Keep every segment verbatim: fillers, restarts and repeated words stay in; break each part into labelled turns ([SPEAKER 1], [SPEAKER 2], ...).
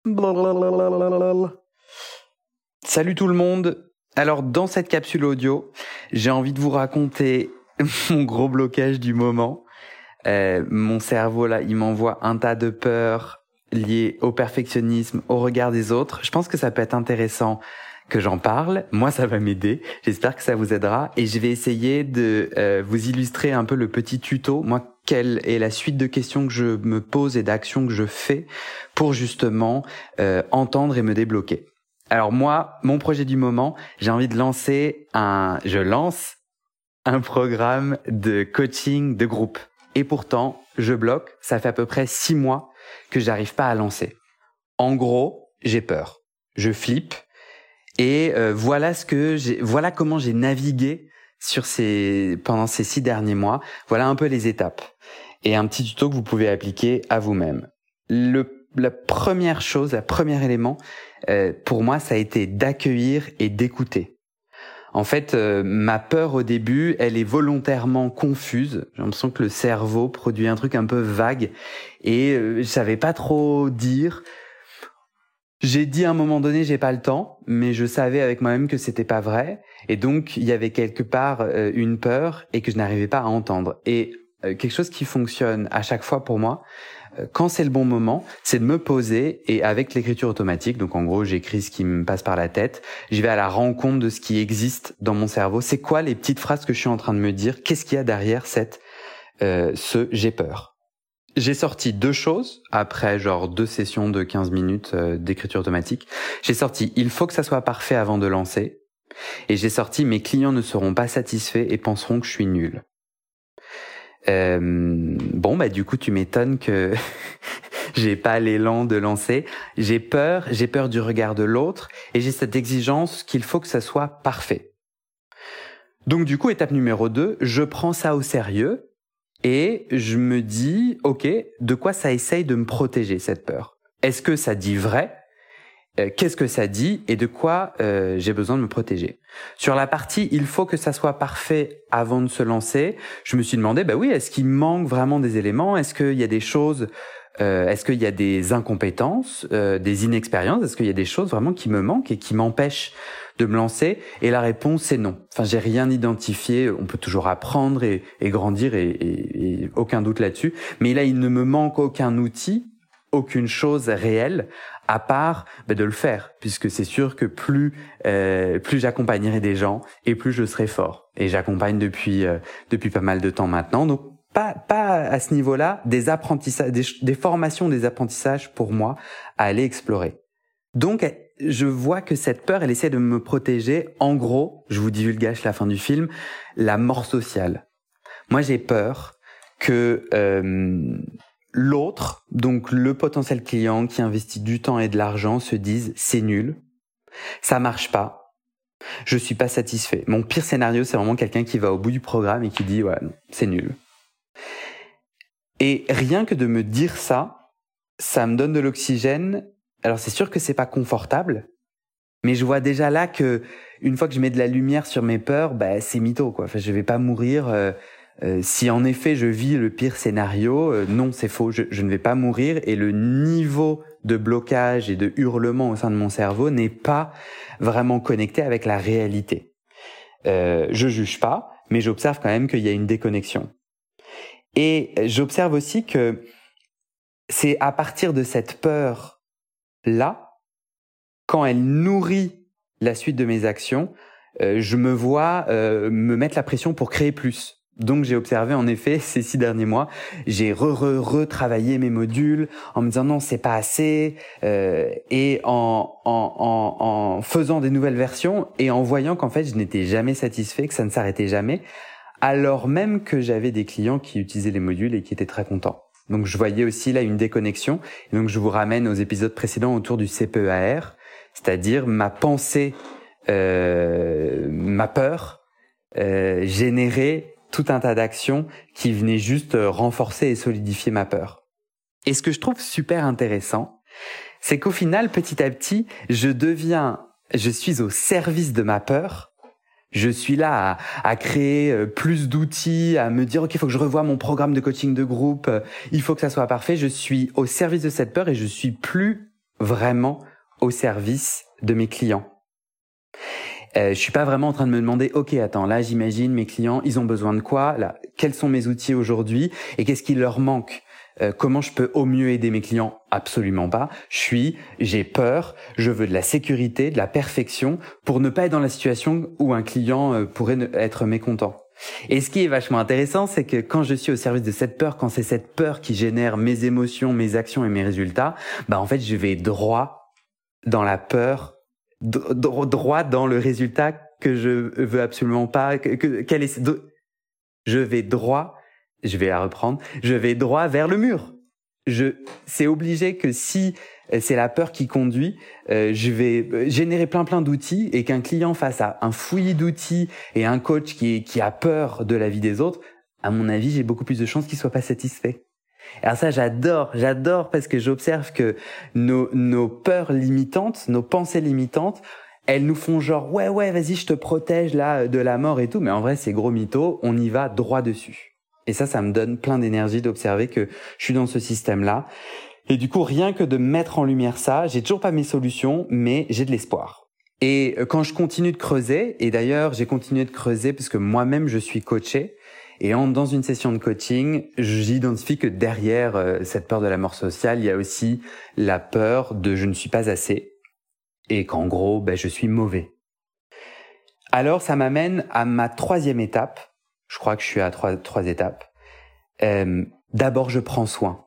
[SPEAKER 1] Blablabla. Salut tout le monde. Alors dans cette capsule audio, j'ai envie de vous raconter mon gros blocage du moment. Euh, mon cerveau là, il m'envoie un tas de peurs liées au perfectionnisme, au regard des autres. Je pense que ça peut être intéressant que j'en parle. Moi, ça va m'aider. J'espère que ça vous aidera. Et je vais essayer de euh, vous illustrer un peu le petit tuto. Moi, quelle est la suite de questions que je me pose et d'actions que je fais pour justement euh, entendre et me débloquer. Alors moi, mon projet du moment, j'ai envie de lancer un... Je lance un programme de coaching de groupe. Et pourtant, je bloque. Ça fait à peu près six mois que j'arrive pas à lancer. En gros, j'ai peur. Je flippe. Et euh, voilà ce que j'ai, voilà comment j'ai navigué sur ces pendant ces six derniers mois. Voilà un peu les étapes et un petit tuto que vous pouvez appliquer à vous-même. Le la première chose, le premier élément euh, pour moi, ça a été d'accueillir et d'écouter. En fait, euh, ma peur au début, elle est volontairement confuse. J'ai l'impression que le cerveau produit un truc un peu vague et euh, je savais pas trop dire. J'ai dit à un moment donné, j'ai pas le temps, mais je savais avec moi-même que c'était pas vrai. Et donc, il y avait quelque part euh, une peur et que je n'arrivais pas à entendre. Et euh, quelque chose qui fonctionne à chaque fois pour moi, euh, quand c'est le bon moment, c'est de me poser et avec l'écriture automatique, donc en gros, j'écris ce qui me passe par la tête, je vais à la rencontre de ce qui existe dans mon cerveau. C'est quoi les petites phrases que je suis en train de me dire? Qu'est-ce qu'il y a derrière cette, euh, ce j'ai peur? J'ai sorti deux choses après genre deux sessions de quinze minutes euh, d'écriture automatique. J'ai sorti il faut que ça soit parfait avant de lancer et j'ai sorti mes clients ne seront pas satisfaits et penseront que je suis nul. Euh, bon bah du coup tu m'étonnes que j'ai pas l'élan de lancer. J'ai peur, j'ai peur du regard de l'autre et j'ai cette exigence qu'il faut que ça soit parfait. Donc du coup étape numéro deux, je prends ça au sérieux. Et je me dis, ok, de quoi ça essaye de me protéger, cette peur? Est-ce que ça dit vrai? euh, Qu'est-ce que ça dit? Et de quoi euh, j'ai besoin de me protéger? Sur la partie, il faut que ça soit parfait avant de se lancer, je me suis demandé, bah oui, est-ce qu'il manque vraiment des éléments? Est-ce qu'il y a des choses, euh, est-ce qu'il y a des incompétences, euh, des inexpériences? Est-ce qu'il y a des choses vraiment qui me manquent et qui m'empêchent de me lancer? Et la réponse c'est non. Enfin, j'ai rien identifié. On peut toujours apprendre et, et grandir et, et, et aucun doute là-dessus. Mais là, il ne me manque aucun outil, aucune chose réelle à part bah, de le faire, puisque c'est sûr que plus euh, plus j'accompagnerai des gens et plus je serai fort. Et j'accompagne depuis euh, depuis pas mal de temps maintenant. Donc pas pas à ce niveau-là, des apprentissages, des, des formations, des apprentissages pour moi à aller explorer. Donc je vois que cette peur, elle essaie de me protéger. En gros, je vous divulgage la fin du film, la mort sociale. Moi, j'ai peur que euh, l'autre, donc le potentiel client qui investit du temps et de l'argent, se dise c'est nul, ça marche pas, je suis pas satisfait. Mon pire scénario, c'est vraiment quelqu'un qui va au bout du programme et qui dit ouais, c'est nul. Et rien que de me dire ça, ça me donne de l'oxygène. Alors c'est sûr que c'est pas confortable, mais je vois déjà là que une fois que je mets de la lumière sur mes peurs, bah c'est mytho quoi. Enfin, je vais pas mourir. Euh, euh, si en effet je vis le pire scénario, euh, non c'est faux. Je, je ne vais pas mourir et le niveau de blocage et de hurlement au sein de mon cerveau n'est pas vraiment connecté avec la réalité. Euh, je juge pas, mais j'observe quand même qu'il y a une déconnexion. Et j'observe aussi que c'est à partir de cette peur là, quand elle nourrit la suite de mes actions, euh, je me vois euh, me mettre la pression pour créer plus. Donc j'ai observé en effet ces six derniers mois, j'ai re re retravaillé mes modules en me disant non c'est pas assez euh, et en, en en en faisant des nouvelles versions et en voyant qu'en fait je n'étais jamais satisfait, que ça ne s'arrêtait jamais, alors même que j'avais des clients qui utilisaient les modules et qui étaient très contents. Donc je voyais aussi là une déconnexion. Et donc je vous ramène aux épisodes précédents autour du C P E A R, c'est-à-dire ma pensée, euh, ma peur euh, générait tout un tas d'actions qui venaient juste renforcer et solidifier ma peur. Et ce que je trouve super intéressant, c'est qu'au final, petit à petit, je deviens, je suis au service de ma peur. Je suis là à, à créer plus d'outils, à me dire, OK, il faut que je revoie mon programme de coaching de groupe, il faut que ça soit parfait. Je suis au service de cette peur et je suis plus vraiment au service de mes clients. Euh, je suis pas vraiment en train de me demander, ok, attends, là, j'imagine mes clients, ils ont besoin de quoi? Là, quels sont mes outils aujourd'hui et qu'est-ce qui leur manque? Euh, comment je peux au mieux aider mes clients? Absolument pas. Je suis, j'ai peur, je veux de la sécurité, de la perfection pour ne pas être dans la situation où un client euh, pourrait ne- être mécontent. Et ce qui est vachement intéressant, c'est que quand je suis au service de cette peur, quand c'est cette peur qui génère mes émotions, mes actions et mes résultats, bah en fait, je vais droit dans la peur, droit dans le résultat que je veux absolument pas. Que, que, quel est, je vais droit, je vais la reprendre, je vais droit vers le mur. Je, c'est obligé que si c'est la peur qui conduit, euh, je vais générer plein plein d'outils et qu'un client face à un fouillis d'outils et un coach qui, qui a peur de la vie des autres, à mon avis, j'ai beaucoup plus de chances qu'il soit pas satisfait. Alors ça, j'adore, j'adore parce que j'observe que nos, nos peurs limitantes, nos pensées limitantes, elles nous font genre, ouais, ouais, vas-y, je te protège là de la mort et tout. Mais en vrai, c'est gros mytho, on y va droit dessus. Et ça, ça me donne plein d'énergie d'observer que je suis dans ce système-là. Et du coup, rien que de mettre en lumière ça, j'ai toujours pas mes solutions, mais j'ai de l'espoir. Et quand je continue de creuser, et d'ailleurs, j'ai continué de creuser parce que moi-même, je suis coaché, et en, dans une session de coaching, j'identifie que derrière euh, cette peur de la mort sociale, il y a aussi la peur de je ne suis pas assez et qu'en gros, ben, je suis mauvais. Alors, ça m'amène à ma troisième étape. Je crois que je suis à trois, trois étapes. Euh, d'abord, je prends soin.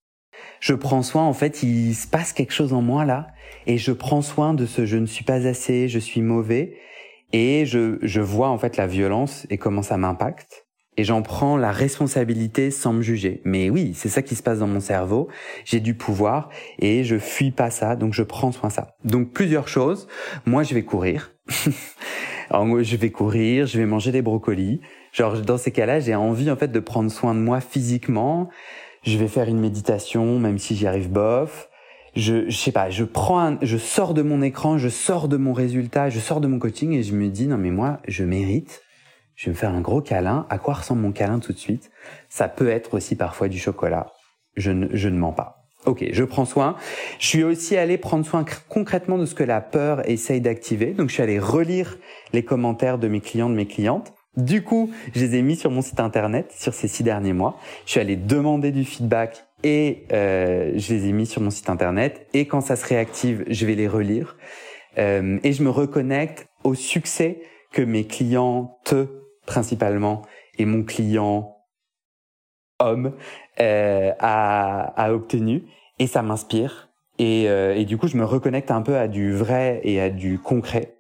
[SPEAKER 1] Je prends soin, en fait, il se passe quelque chose en moi là, et je prends soin de ce je ne suis pas assez, je suis mauvais, et je, je vois en fait la violence et comment ça m'impacte. Et j'en prends la responsabilité sans me juger. Mais oui, c'est ça qui se passe dans mon cerveau. J'ai du pouvoir et je fuis pas ça, donc je prends soin de ça. Donc plusieurs choses. Moi, je vais courir. Alors, moi, je vais courir, je vais manger des brocolis. Genre, dans ces cas-là, j'ai envie en fait de prendre soin de moi physiquement. Je vais faire une méditation, même si j'y arrive bof. Je, je sais pas, je prends, un, je sors de mon écran, je sors de mon résultat, je sors de mon coaching et je me dis non mais moi, je mérite. Je vais me faire un gros câlin. À quoi ressemble mon câlin tout de suite? Ça peut être aussi parfois du chocolat. Je ne, je ne mens pas. Ok, je prends soin. Je suis aussi allé prendre soin concrètement de ce que la peur essaye d'activer. Donc, je suis allé relire les commentaires de mes clients, de mes clientes. Du coup, je les ai mis sur mon site internet sur ces six derniers mois. Je suis allé demander du feedback et euh, je les ai mis sur mon site internet. Et quand ça se réactive, je vais les relire. Euh, et je me reconnecte au succès que mes clientes, principalement, et mon client homme euh, a, a obtenu. Et ça m'inspire. Et, euh, et du coup, je me reconnecte un peu à du vrai et à du concret.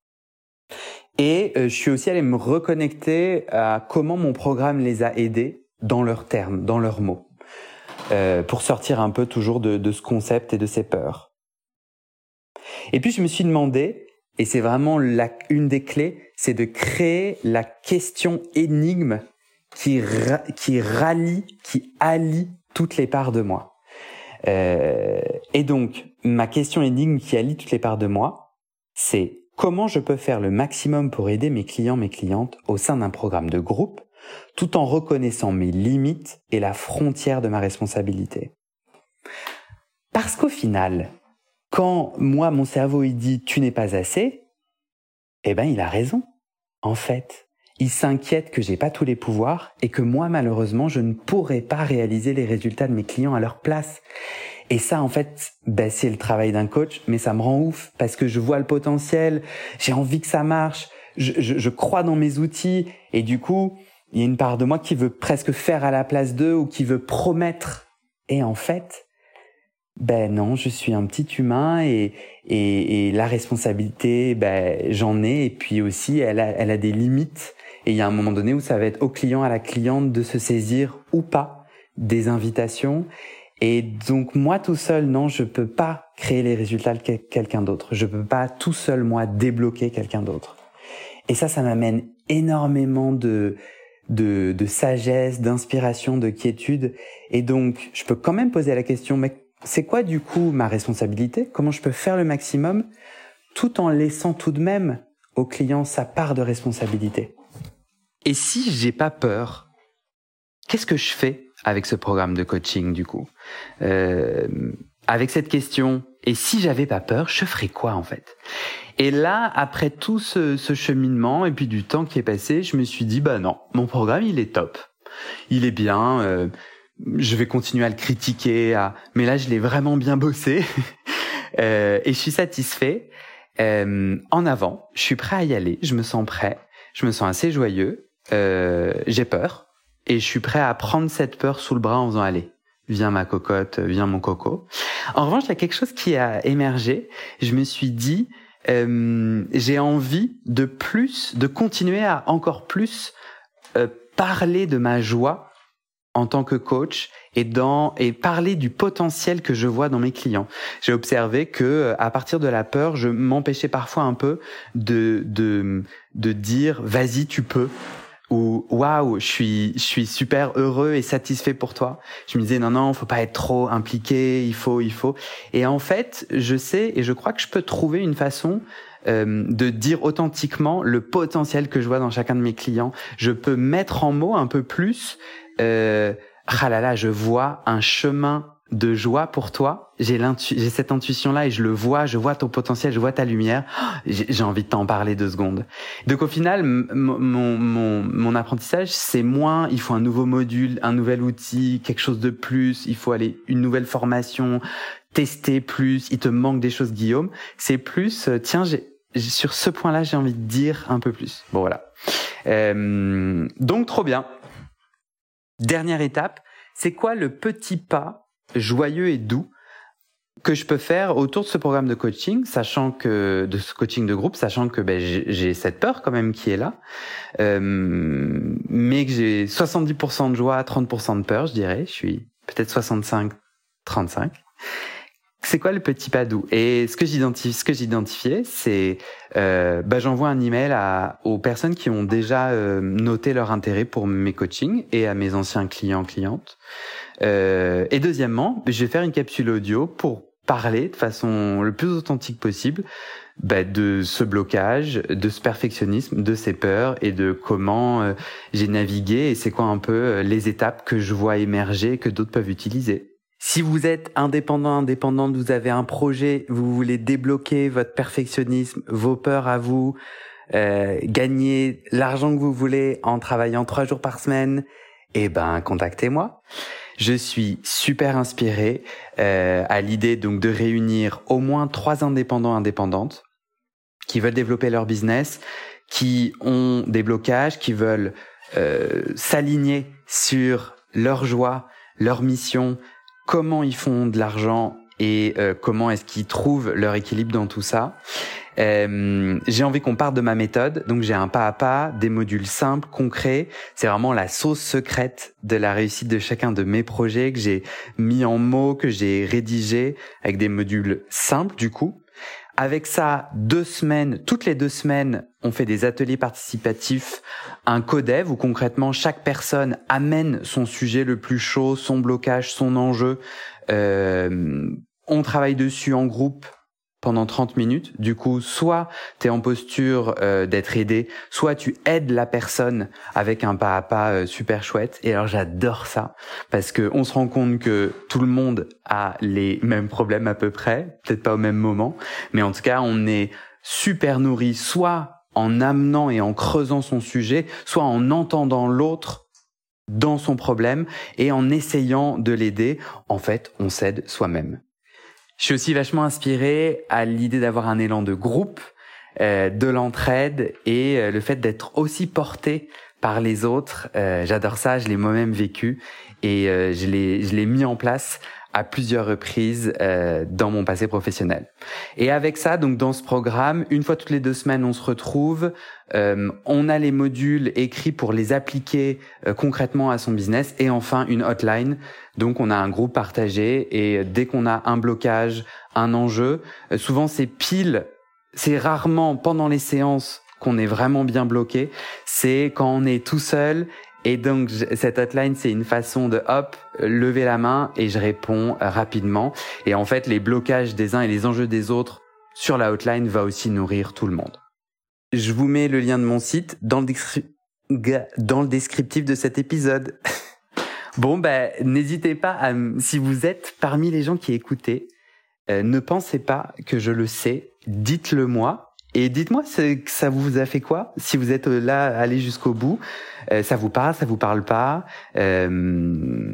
[SPEAKER 1] Et euh, je suis aussi allé me reconnecter à comment mon programme les a aidés dans leurs termes, dans leurs mots, euh, pour sortir un peu toujours de, de ce concept et de ces peurs. Et puis je me suis demandé, et c'est vraiment la, une des clés, c'est de créer la question énigme qui, ra, qui rallie, qui allie toutes les parts de moi. Euh, et donc, ma question énigme qui allie toutes les parts de moi, c'est comment je peux faire le maximum pour aider mes clients, mes clientes au sein d'un programme de groupe, tout en reconnaissant mes limites et la frontière de ma responsabilité. Parce qu'au final, quand moi, mon cerveau, il dit « tu n'es pas assez », eh ben, il a raison. En fait, il s'inquiète que j'ai pas tous les pouvoirs et que moi, malheureusement, je ne pourrai pas réaliser les résultats de mes clients à leur place. Et ça, en fait, ben, c'est le travail d'un coach, mais ça me rend ouf parce que je vois le potentiel, j'ai envie que ça marche, je, je, je crois dans mes outils et du coup, il y a une part de moi qui veut presque faire à la place d'eux ou qui veut promettre. Et en fait, ben non, je suis un petit humain et, et, et la responsabilité, ben j'en ai et puis aussi, elle a, elle a des limites. Et il y a un moment donné où ça va être au client, à la cliente de se saisir ou pas des invitations. Et donc moi tout seul, non, je peux pas créer les résultats de quelqu'un d'autre. Je peux pas tout seul, moi, débloquer quelqu'un d'autre. Et ça, ça m'amène énormément de, de, de sagesse, d'inspiration, de quiétude. Et donc, je peux quand même poser la question, mais c'est quoi du coup ma responsabilité? Comment je peux faire le maximum tout en laissant tout de même au client sa part de responsabilité? Et si j'ai pas peur, qu'est-ce que je fais avec ce programme de coaching du coup? euh, Avec cette question, Et si j'avais pas peur, je ferais quoi en fait? Et là, après tout ce, ce cheminement et puis du temps qui est passé, je me suis dit bah non, mon programme il est top, il est bien. Euh, je vais continuer à le critiquer, à... mais là je l'ai vraiment bien bossé euh, et je suis satisfait. Euh, en avant, je suis prêt à y aller, je me sens prêt, je me sens assez joyeux. Euh, j'ai peur et je suis prêt à prendre cette peur sous le bras en faisant allez. Viens ma cocotte, viens mon coco. En revanche, il y a quelque chose qui a émergé. Je me suis dit, euh, j'ai envie de plus, de continuer à encore plus euh, parler de ma joie en tant que coach et dans et parler du potentiel que je vois dans mes clients. J'ai observé que à partir de la peur, je m'empêchais parfois un peu de de de dire vas-y tu peux. Ou waouh, je suis je suis super heureux et satisfait pour toi. Je me disais non non, faut pas être trop impliqué, il faut il faut. Et en fait, je sais et je crois que je peux trouver une façon euh, de dire authentiquement le potentiel que je vois dans chacun de mes clients. Je peux mettre en mots un peu plus euh, ah là là, je vois un chemin de joie pour toi. J'ai l'intu- j'ai cette intuition là et je le vois, je vois ton potentiel, je vois ta lumière. J'ai, j'ai envie de t'en parler deux secondes. Donc au final, m- mon mon mon apprentissage, c'est moins il faut un nouveau module, un nouvel outil, quelque chose de plus, il faut aller une nouvelle formation, tester plus, il te manque des choses Guillaume, c'est plus euh, tiens, j'ai sur ce point-là, j'ai envie de dire un peu plus. Bon voilà. Euh, donc trop bien. Dernière étape, c'est quoi le petit pas joyeux et doux que je peux faire autour de ce programme de coaching, sachant que de ce coaching de groupe, sachant que ben, j'ai, j'ai cette peur quand même qui est là, euh, mais que j'ai soixante-dix pour cent de joie, trente pour cent de peur, je dirais. Je suis peut-être soixante-cinq trente-cinq. C'est quoi le petit pas doux? Et ce que j'identifie, ce que j'identifiais, c'est euh, bah, j'envoie un email à, aux personnes qui ont déjà euh, noté leur intérêt pour mes coachings et à mes anciens clients clientes. Euh, et deuxièmement, je vais faire une capsule audio pour parler de façon le plus authentique possible bah, de ce blocage, de ce perfectionnisme, de ces peurs et de comment euh, j'ai navigué et c'est quoi un peu euh, les étapes que je vois émerger que d'autres peuvent utiliser. Si vous êtes indépendant, indépendante, vous avez un projet, vous voulez débloquer votre perfectionnisme, vos peurs à vous, euh, gagner l'argent que vous voulez en travaillant trois jours par semaine, eh ben contactez-moi. Je suis super inspiré euh, à l'idée donc de réunir au moins trois indépendants indépendantes qui veulent développer leur business, qui ont des blocages, qui veulent euh, s'aligner sur leur joie, leur mission, comment ils font de l'argent et euh, comment est-ce qu'ils trouvent leur équilibre dans tout ça. Euh, j'ai envie qu'on parte de ma méthode, donc j'ai un pas à pas, des modules simples, concrets. C'est vraiment la sauce secrète de la réussite de chacun de mes projets que j'ai mis en mots, que j'ai rédigé avec des modules simples du coup. Avec ça, deux semaines, toutes les deux semaines, on fait des ateliers participatifs, un codev où concrètement chaque personne amène son sujet le plus chaud, son blocage, son enjeu. Euh, on travaille dessus en groupe pendant trente minutes. Du coup, soit tu es en posture euh, d'être aidé, soit tu aides la personne avec un pas à pas euh, super chouette. Et alors j'adore ça parce que on se rend compte que tout le monde a les mêmes problèmes à peu près, peut-être pas au même moment, mais en tout cas, on est super nourri soit en amenant et en creusant son sujet, soit en entendant l'autre dans son problème et en essayant de l'aider. En fait, on s'aide soi-même. Je suis aussi vachement inspiré à l'idée d'avoir un élan de groupe, euh, de l'entraide et euh, le fait d'être aussi porté par les autres. Euh, j'adore ça, je l'ai moi-même vécu et euh, je l'ai, je l'ai mis en place à plusieurs reprises euh, dans mon passé professionnel. Et avec ça, donc dans ce programme, une fois toutes les deux semaines, on se retrouve. Euh, on a les modules écrits pour les appliquer euh, concrètement à son business. Et enfin, une hotline. Donc, on a un groupe partagé. Et dès qu'on a un blocage, un enjeu, euh, souvent c'est pile, c'est rarement pendant les séances qu'on est vraiment bien bloqué. C'est quand on est tout seul. Et donc, cette hotline, c'est une façon de, hop, lever la main et je réponds rapidement. Et en fait, les blocages des uns et les enjeux des autres sur la hotline va aussi nourrir tout le monde. Je vous mets le lien de mon site dans le, descri- dans le descriptif de cet épisode. Bon, ben, n'hésitez pas à, si vous êtes parmi les gens qui écoutaient, Euh, ne pensez pas que je le sais, dites-le moi. Et dites-moi, c'est, ça vous a fait quoi? Si vous êtes là, allez jusqu'au bout, euh, ça vous parle, ça vous parle pas? euh,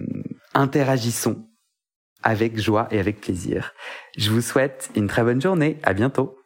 [SPEAKER 1] Interagissons avec joie et avec plaisir. Je vous souhaite une très bonne journée. À bientôt.